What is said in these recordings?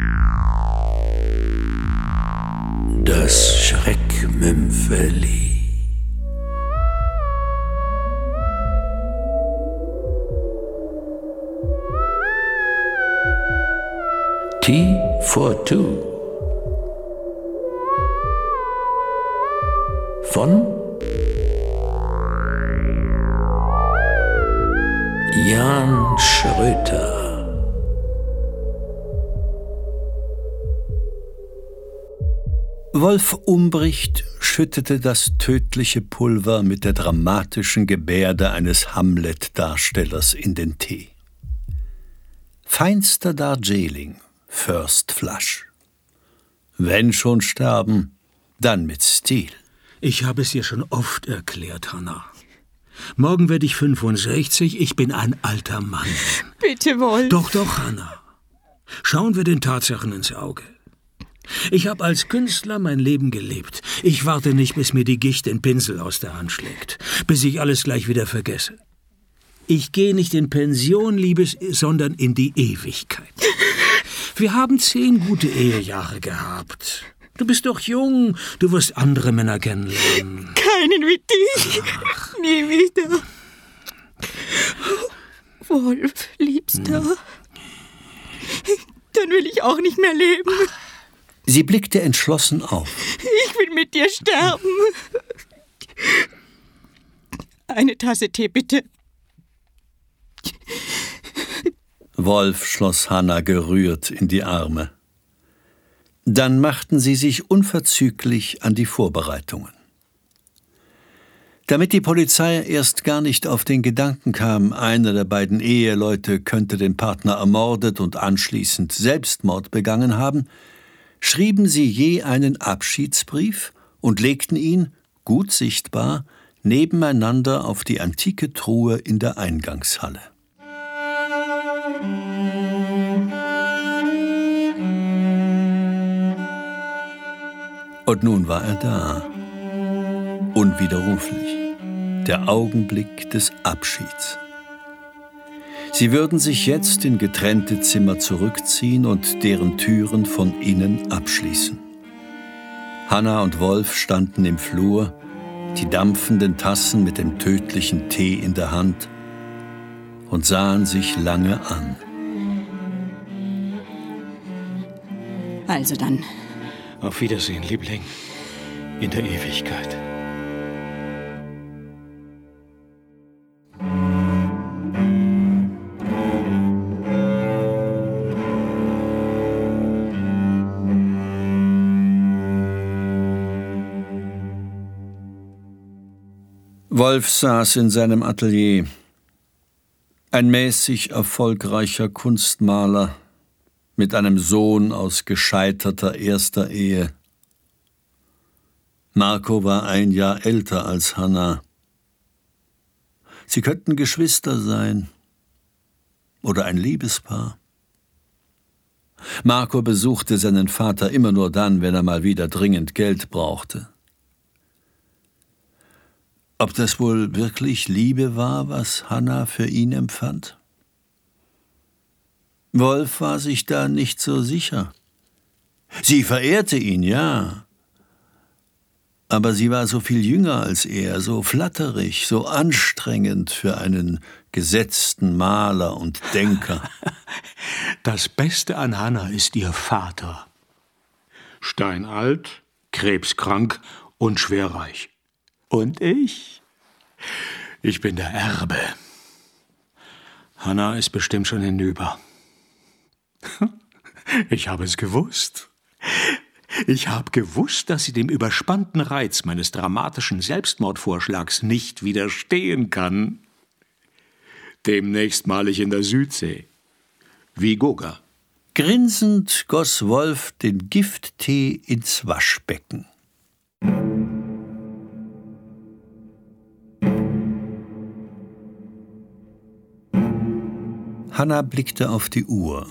Das Schreckmümpfeli. Tea for Two von Jan Schröter. Wolf Umbricht schüttete das tödliche Pulver mit der dramatischen Gebärde eines Hamlet-Darstellers in den Tee. Feinster Darjeeling, First Flush. Wenn schon sterben, dann mit Stil. Ich habe es dir schon oft erklärt, Hannah. Morgen werde ich 65, ich bin ein alter Mann. Bitte, Wolf. Doch, Hannah. Schauen wir den Tatsachen ins Auge. Ich habe als Künstler mein Leben gelebt. Ich warte nicht, bis mir die Gicht den Pinsel aus der Hand schlägt, bis ich alles gleich wieder vergesse. Ich gehe nicht in Pension, Liebes, sondern in die Ewigkeit. Wir haben 10 gute Ehejahre gehabt. Du bist doch jung, du wirst andere Männer kennenlernen. Keinen wie dich. Ach. Nie wieder. Wolf, Liebster. Dann will ich auch nicht mehr leben. Sie blickte entschlossen auf. Ich will mit dir sterben. Eine Tasse Tee, bitte. Wolf schloss Hannah gerührt in die Arme. Dann machten sie sich unverzüglich an die Vorbereitungen. Damit die Polizei erst gar nicht auf den Gedanken kam, einer der beiden Eheleute könnte den Partner ermordet und anschließend Selbstmord begangen haben, schrieben sie je einen Abschiedsbrief und legten ihn, gut sichtbar, nebeneinander auf die antike Truhe in der Eingangshalle. Und nun war er da, unwiderruflich, der Augenblick des Abschieds. Sie würden sich jetzt in getrennte Zimmer zurückziehen und deren Türen von innen abschließen. Hannah und Wolf standen im Flur, die dampfenden Tassen mit dem tödlichen Tee in der Hand, und sahen sich lange an. Also dann. Auf Wiedersehen, Liebling, in der Ewigkeit. Wolf saß in seinem Atelier. Ein mäßig erfolgreicher Kunstmaler mit einem Sohn aus gescheiterter erster Ehe. Marco war 1 Jahr älter als Hannah. Sie könnten Geschwister sein oder ein Liebespaar. Marco besuchte seinen Vater immer nur dann, wenn er mal wieder dringend Geld brauchte. Ob das wohl wirklich Liebe war, was Hannah für ihn empfand? Wolf war sich da nicht so sicher. Sie verehrte ihn, ja. Aber sie war so viel jünger als er, so flatterig, so anstrengend für einen gesetzten Maler und Denker. Das Beste an Hannah ist ihr Vater. Steinalt, krebskrank und schwerreich. Und ich? Ich bin der Erbe. Hannah ist bestimmt schon hinüber. Ich habe es gewusst. Ich habe gewusst, dass sie dem überspannten Reiz meines dramatischen Selbstmordvorschlags nicht widerstehen kann. Demnächst male ich in der Südsee. Wie Goga. Grinsend goss Wolf den Gifttee ins Waschbecken. Hannah blickte auf die Uhr.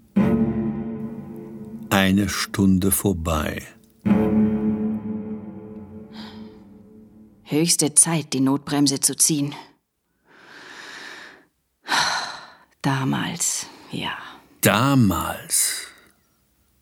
1 Stunde vorbei. Höchste Zeit, die Notbremse zu ziehen. Damals, ja. Damals.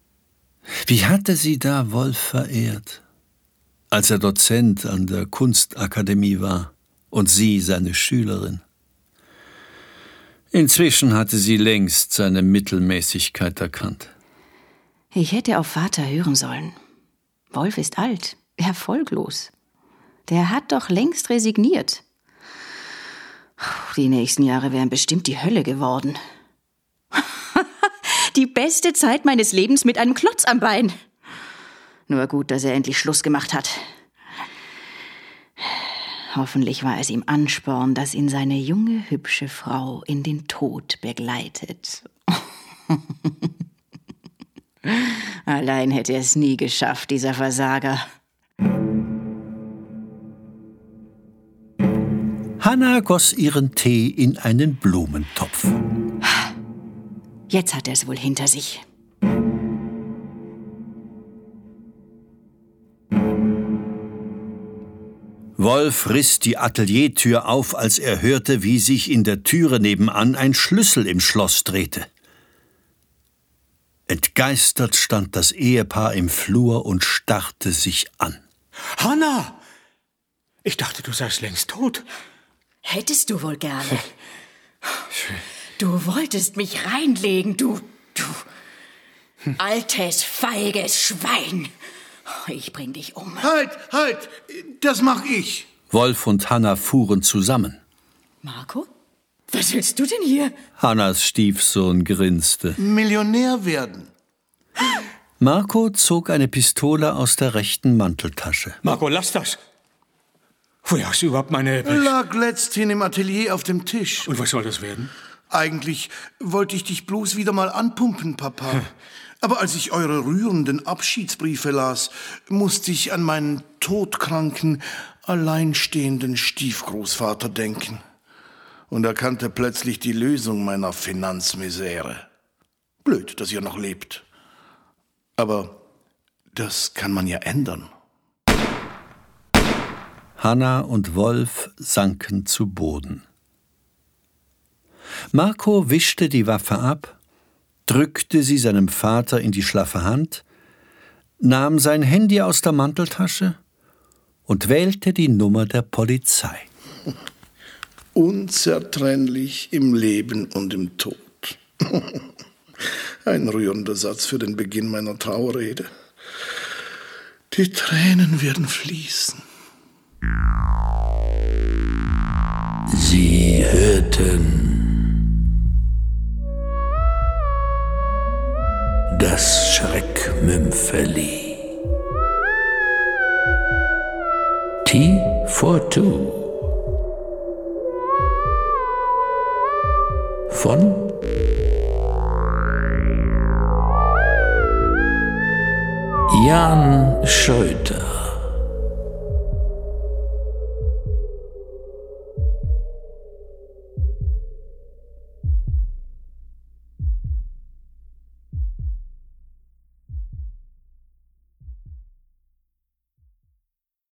Wie hatte sie da Wolf verehrt, als er Dozent an der Kunstakademie war und sie seine Schülerin. Inzwischen hatte sie längst seine Mittelmäßigkeit erkannt. Ich hätte auf Vater hören sollen. Wolf ist alt, erfolglos. Der hat doch längst resigniert. Die nächsten Jahre wären bestimmt die Hölle geworden. Die beste Zeit meines Lebens mit einem Klotz am Bein. Nur gut, dass er endlich Schluss gemacht hat. Hoffentlich war es ihm Ansporn, das ihn seine junge, hübsche Frau in den Tod begleitet. Allein hätte er es nie geschafft, dieser Versager. Hanna goss ihren Tee in einen Blumentopf. Jetzt hat er es wohl hinter sich. Wolf riss die Ateliertür auf, als er hörte, wie sich in der Türe nebenan ein Schlüssel im Schloss drehte. Entgeistert stand das Ehepaar im Flur und starrte sich an. Hanna! Ich dachte, du seist längst tot. Hättest du wohl gerne. Du wolltest mich reinlegen, du altes, feiges Schwein. Ich bring dich um. Halt! Das mach ich. Wolf und Hanna fuhren zusammen. Marco? Was willst du denn hier? Hannas Stiefsohn grinste. Millionär werden. Marco zog eine Pistole aus der rechten Manteltasche. Marco, lass das. Woher hast du überhaupt meine... Lag letzthin im Atelier auf dem Tisch. Und was soll das werden? Eigentlich wollte ich dich bloß wieder mal anpumpen, Papa. Aber als ich eure rührenden Abschiedsbriefe las, musste ich an meinen todkranken, alleinstehenden Stiefgroßvater denken und erkannte plötzlich die Lösung meiner Finanzmisere. Blöd, dass ihr noch lebt. Aber das kann man ja ändern. Hanna und Wolf sanken zu Boden. Marco wischte die Waffe ab, drückte sie seinem Vater in die schlaffe Hand, nahm sein Handy aus der Manteltasche und wählte die Nummer der Polizei. Unzertrennlich im Leben und im Tod. Ein rührender Satz für den Beginn meiner Trauerrede. Die Tränen werden fließen. Sie hörten das Schreckmümpfeli. T42 von Jan Schröter.